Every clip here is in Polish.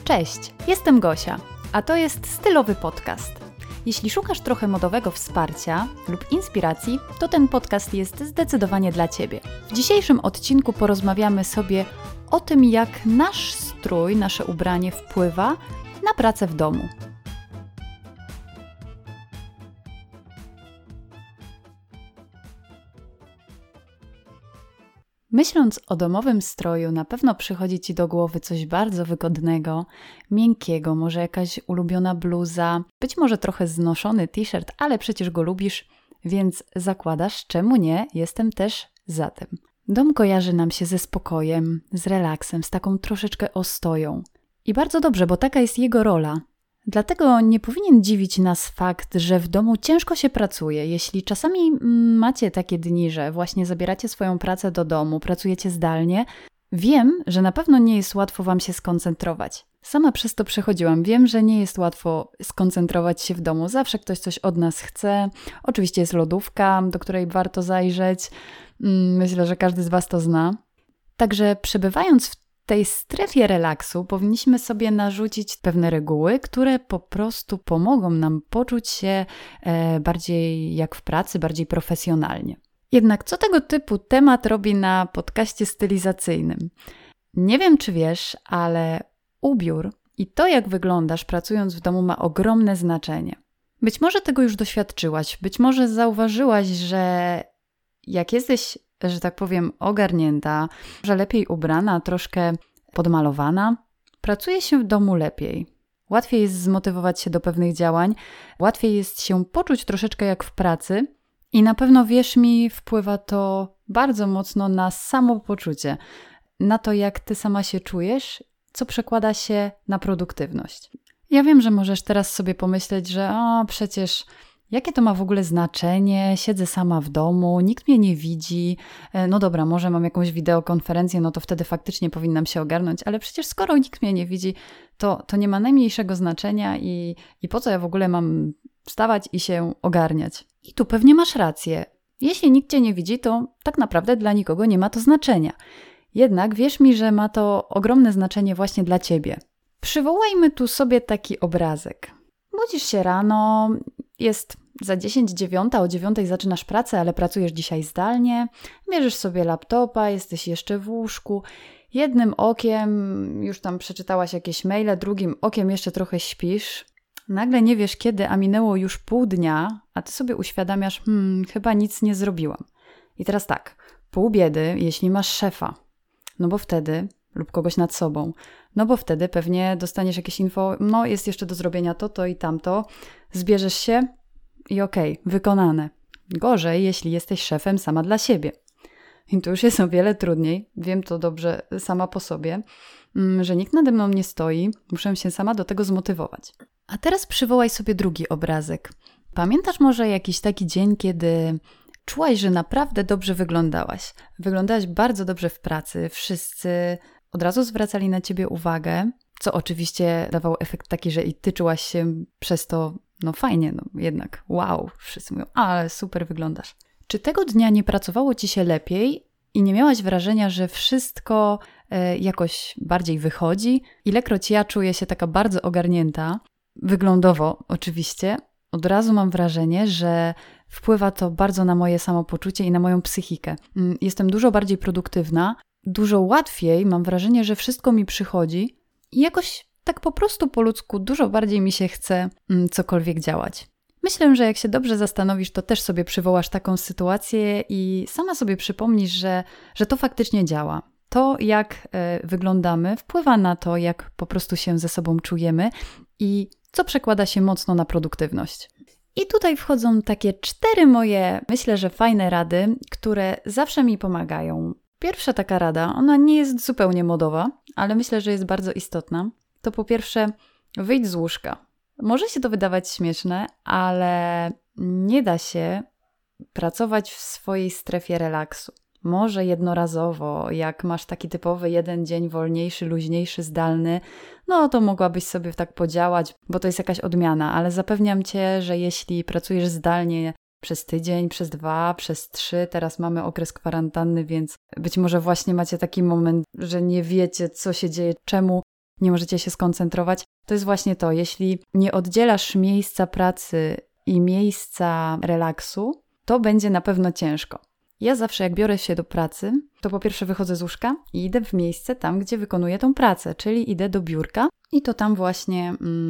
Cześć, jestem Gosia, a to jest Stylowy Podcast. Jeśli szukasz trochę modowego wsparcia lub inspiracji, to ten podcast jest zdecydowanie dla Ciebie. W dzisiejszym odcinku porozmawiamy sobie o tym, jak nasz strój, nasze ubranie wpływa na pracę w domu. Myśląc o domowym stroju, na pewno przychodzi Ci do głowy coś bardzo wygodnego, miękkiego, może jakaś ulubiona bluza, być może trochę znoszony t-shirt, ale przecież go lubisz, więc zakładasz, czemu nie, jestem też za tym. Dom kojarzy nam się ze spokojem, z relaksem, z taką troszeczkę ostoją. I bardzo dobrze, bo taka jest jego rola. Dlatego nie powinien dziwić nas fakt, że w domu ciężko się pracuje. Jeśli czasami macie takie dni, że właśnie zabieracie swoją pracę do domu, pracujecie zdalnie, wiem, że na pewno nie jest łatwo Wam się skoncentrować. Sama przez to przechodziłam. Wiem, że nie jest łatwo skoncentrować się w domu. Zawsze ktoś coś od nas chce. Oczywiście jest lodówka, do której warto zajrzeć. Myślę, że każdy z Was to zna. Także przebywając w tej strefie relaksu powinniśmy sobie narzucić pewne reguły, które po prostu pomogą nam poczuć się bardziej jak w pracy, bardziej profesjonalnie. Jednak co tego typu temat robi na podcaście stylizacyjnym? Nie wiem, czy wiesz, ale ubiór i to, jak wyglądasz pracując w domu, ma ogromne znaczenie. Być może tego już doświadczyłaś, być może zauważyłaś, że jak jesteś, że tak powiem, ogarnięta, że lepiej ubrana, troszkę podmalowana, pracuje się w domu lepiej. Łatwiej jest zmotywować się do pewnych działań, łatwiej jest się poczuć troszeczkę jak w pracy i na pewno, wierz mi, wpływa to bardzo mocno na samopoczucie, na to, jak ty sama się czujesz, co przekłada się na produktywność. Ja wiem, że możesz teraz sobie pomyśleć, że przecież jakie to ma w ogóle znaczenie? Siedzę sama w domu, nikt mnie nie widzi. No dobra, może mam jakąś wideokonferencję, no to wtedy faktycznie powinnam się ogarnąć, ale przecież skoro nikt mnie nie widzi, to nie ma najmniejszego znaczenia i po co ja w ogóle mam wstawać i się ogarniać? I tu pewnie masz rację. Jeśli nikt cię nie widzi, to tak naprawdę dla nikogo nie ma to znaczenia. Jednak wierz mi, że ma to ogromne znaczenie właśnie dla ciebie. Przywołajmy tu sobie taki obrazek. Budzisz się rano, jest za 10:09, o 9:00 zaczynasz pracę, ale pracujesz dzisiaj zdalnie, bierzesz sobie laptopa, jesteś jeszcze w łóżku, jednym okiem już tam przeczytałaś jakieś maile, drugim okiem jeszcze trochę śpisz, nagle nie wiesz kiedy, a minęło już pół dnia, a ty sobie uświadamiasz, chyba nic nie zrobiłam. I teraz tak, pół biedy, jeśli masz szefa, no bo wtedy, lub kogoś nad sobą, no bo wtedy pewnie dostaniesz jakieś info, no jest jeszcze do zrobienia to i tamto, zbierzesz się i okej, wykonane. Gorzej, jeśli jesteś szefem sama dla siebie. I tu już jest o wiele trudniej, wiem to dobrze sama po sobie, że nikt nade mną nie stoi, muszę się sama do tego zmotywować. A teraz przywołaj sobie drugi obrazek. Pamiętasz może jakiś taki dzień, kiedy czułaś, że naprawdę dobrze wyglądałaś? Wyglądałaś bardzo dobrze w pracy, wszyscy od razu zwracali na ciebie uwagę, co oczywiście dawał efekt taki, że i ty czułaś się przez to, no fajnie, no jednak wow, wszyscy mówią, ale super wyglądasz. Czy tego dnia nie pracowało ci się lepiej i nie miałaś wrażenia, że wszystko jakoś bardziej wychodzi? Ilekroć ja czuję się taka bardzo ogarnięta, wyglądowo oczywiście, od razu mam wrażenie, że wpływa to bardzo na moje samopoczucie i na moją psychikę. Jestem dużo bardziej produktywna, dużo łatwiej mam wrażenie, że wszystko mi przychodzi i jakoś tak po prostu po ludzku dużo bardziej mi się chce cokolwiek działać. Myślę, że jak się dobrze zastanowisz, to też sobie przywołasz taką sytuację i sama sobie przypomnisz, że to faktycznie działa. To, jak wyglądamy, wpływa na to, jak po prostu się ze sobą czujemy i co przekłada się mocno na produktywność. I tutaj wchodzą takie 4 moje, myślę, że fajne rady, które zawsze mi pomagają. Pierwsza taka rada, ona nie jest zupełnie modowa, ale myślę, że jest bardzo istotna. To po pierwsze, wyjdź z łóżka. Może się to wydawać śmieszne, ale nie da się pracować w swojej strefie relaksu. Może jednorazowo, jak masz taki typowy jeden dzień wolniejszy, luźniejszy, zdalny, no to mogłabyś sobie tak podziałać, bo to jest jakaś odmiana, ale zapewniam Cię, że jeśli pracujesz zdalnie przez tydzień, przez 2, przez 3, teraz mamy okres kwarantanny, więc być może właśnie macie taki moment, że nie wiecie, co się dzieje, czemu nie możecie się skoncentrować. To jest właśnie to, jeśli nie oddzielasz miejsca pracy i miejsca relaksu, to będzie na pewno ciężko. Ja zawsze jak biorę się do pracy, to po pierwsze wychodzę z łóżka i idę w miejsce tam, gdzie wykonuję tą pracę, czyli idę do biurka i to tam właśnie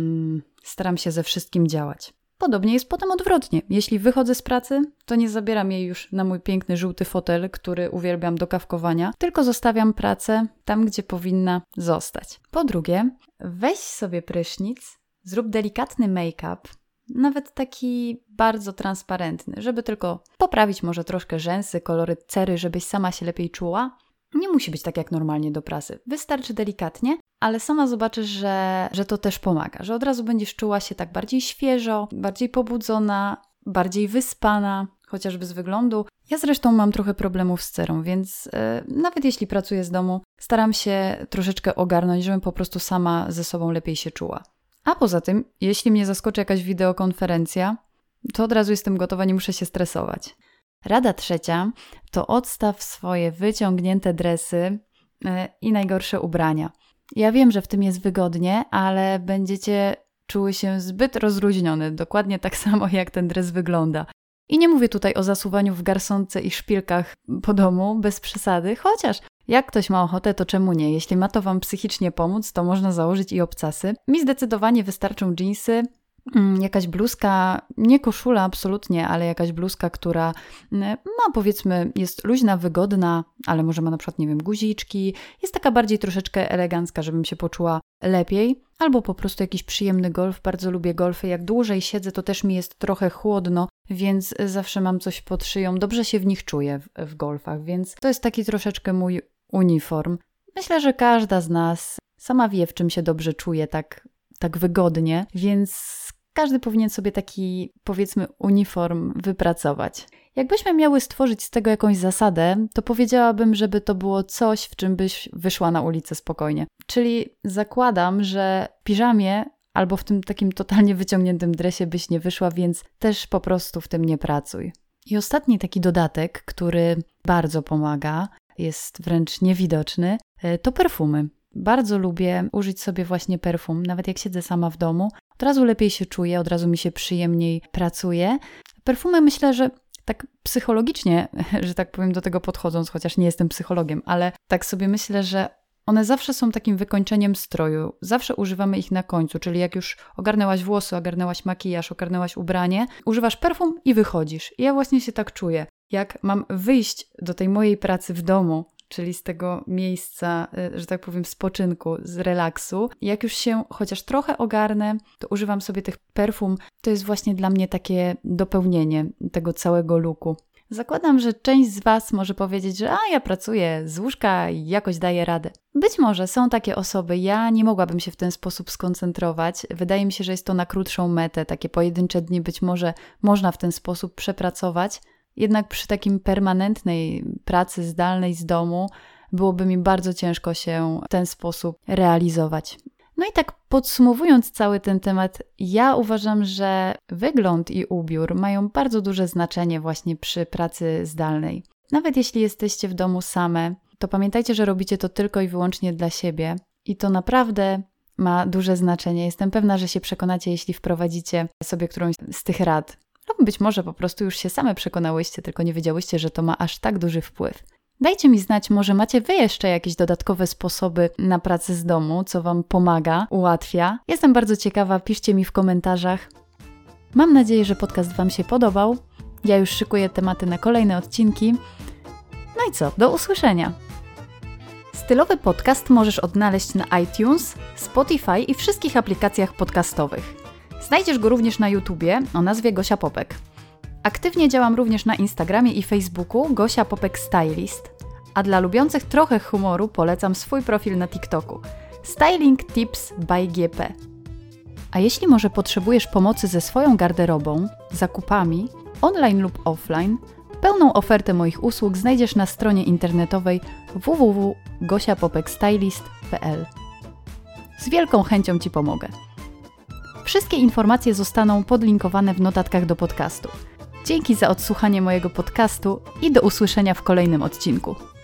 staram się ze wszystkim działać. Podobnie jest potem odwrotnie. Jeśli wychodzę z pracy, to nie zabieram jej już na mój piękny żółty fotel, który uwielbiam do kawkowania, tylko zostawiam pracę tam, gdzie powinna zostać. Po drugie, weź sobie prysznic, zrób delikatny make-up, nawet taki bardzo transparentny, żeby tylko poprawić może troszkę rzęsy, kolory cery, żebyś sama się lepiej czuła. Nie musi być tak jak normalnie do pracy. Wystarczy delikatnie, ale sama zobaczysz, że to też pomaga, że od razu będziesz czuła się tak bardziej świeżo, bardziej pobudzona, bardziej wyspana, chociażby z wyglądu. Ja zresztą mam trochę problemów z cerą, więc nawet jeśli pracuję z domu, staram się troszeczkę ogarnąć, żebym po prostu sama ze sobą lepiej się czuła. A poza tym, jeśli mnie zaskoczy jakaś wideokonferencja, to od razu jestem gotowa, nie muszę się stresować. Rada trzecia to odstaw swoje wyciągnięte dresy i najgorsze ubrania. Ja wiem, że w tym jest wygodnie, ale będziecie czuły się zbyt rozluźnione, dokładnie tak samo jak ten dres wygląda. I nie mówię tutaj o zasuwaniu w garsonce i szpilkach po domu, bez przesady, chociaż jak ktoś ma ochotę, to czemu nie? Jeśli ma to Wam psychicznie pomóc, to można założyć i obcasy. Mi zdecydowanie wystarczą dżinsy, jakaś bluzka, nie koszula absolutnie, ale jakaś bluzka, która ma powiedzmy, jest luźna, wygodna, ale może ma na przykład, nie wiem, guziczki, jest taka bardziej troszeczkę elegancka, żebym się poczuła lepiej, albo po prostu jakiś przyjemny golf, bardzo lubię golfy, jak dłużej siedzę, to też mi jest trochę chłodno, więc zawsze mam coś pod szyją, dobrze się w nich czuję w golfach, więc to jest taki troszeczkę mój uniform. Myślę, że każda z nas sama wie, w czym się dobrze czuje, tak wygodnie, więc każdy powinien sobie taki, powiedzmy, uniform wypracować. Jakbyśmy miały stworzyć z tego jakąś zasadę, to powiedziałabym, żeby to było coś, w czym byś wyszła na ulicę spokojnie. Czyli zakładam, że w piżamie albo w tym takim totalnie wyciągniętym dresie byś nie wyszła, więc też po prostu w tym nie pracuj. I ostatni taki dodatek, który bardzo pomaga, jest wręcz niewidoczny, to perfumy. Bardzo lubię użyć sobie właśnie perfum, nawet jak siedzę sama w domu. Od razu lepiej się czuję, od razu mi się przyjemniej pracuje. Perfumy myślę, że tak psychologicznie, że tak powiem, do tego podchodząc, chociaż nie jestem psychologiem, ale tak sobie myślę, że one zawsze są takim wykończeniem stroju. Zawsze używamy ich na końcu, czyli jak już ogarnęłaś włosy, ogarnęłaś makijaż, ogarnęłaś ubranie, używasz perfum i wychodzisz. I ja właśnie się tak czuję. Jak mam wyjść do tej mojej pracy w domu, czyli z tego miejsca, że tak powiem, spoczynku, z relaksu. Jak już się chociaż trochę ogarnę, to używam sobie tych perfum. To jest właśnie dla mnie takie dopełnienie tego całego looku. Zakładam, że część z Was może powiedzieć, że ja pracuję z łóżka i jakoś daję radę. Być może są takie osoby, ja nie mogłabym się w ten sposób skoncentrować. Wydaje mi się, że jest to na krótszą metę, takie pojedyncze dni być może można w ten sposób przepracować. Jednak przy takim permanentnej pracy zdalnej z domu byłoby mi bardzo ciężko się w ten sposób realizować. No i tak podsumowując cały ten temat, ja uważam, że wygląd i ubiór mają bardzo duże znaczenie właśnie przy pracy zdalnej. Nawet jeśli jesteście w domu same, to pamiętajcie, że robicie to tylko i wyłącznie dla siebie i to naprawdę ma duże znaczenie. Jestem pewna, że się przekonacie, jeśli wprowadzicie sobie którąś z tych rad. Lub być może po prostu już się same przekonałyście, tylko nie wiedziałyście, że to ma aż tak duży wpływ. Dajcie mi znać, może macie Wy jeszcze jakieś dodatkowe sposoby na pracę z domu, co Wam pomaga, ułatwia. Jestem bardzo ciekawa, piszcie mi w komentarzach. Mam nadzieję, że podcast Wam się podobał. Ja już szykuję tematy na kolejne odcinki. No i co, do usłyszenia! Stylowy podcast możesz odnaleźć na iTunes, Spotify i wszystkich aplikacjach podcastowych. Znajdziesz go również na YouTubie o nazwie Gosia Popek. Aktywnie działam również na Instagramie i Facebooku Gosia Popek Stylist, a dla lubiących trochę humoru polecam swój profil na TikToku Styling Tips by GP. A jeśli może potrzebujesz pomocy ze swoją garderobą, zakupami, online lub offline, pełną ofertę moich usług znajdziesz na stronie internetowej www.gosiapopekstylist.pl. Z wielką chęcią Ci pomogę. Wszystkie informacje zostaną podlinkowane w notatkach do podcastu. Dzięki za odsłuchanie mojego podcastu i do usłyszenia w kolejnym odcinku.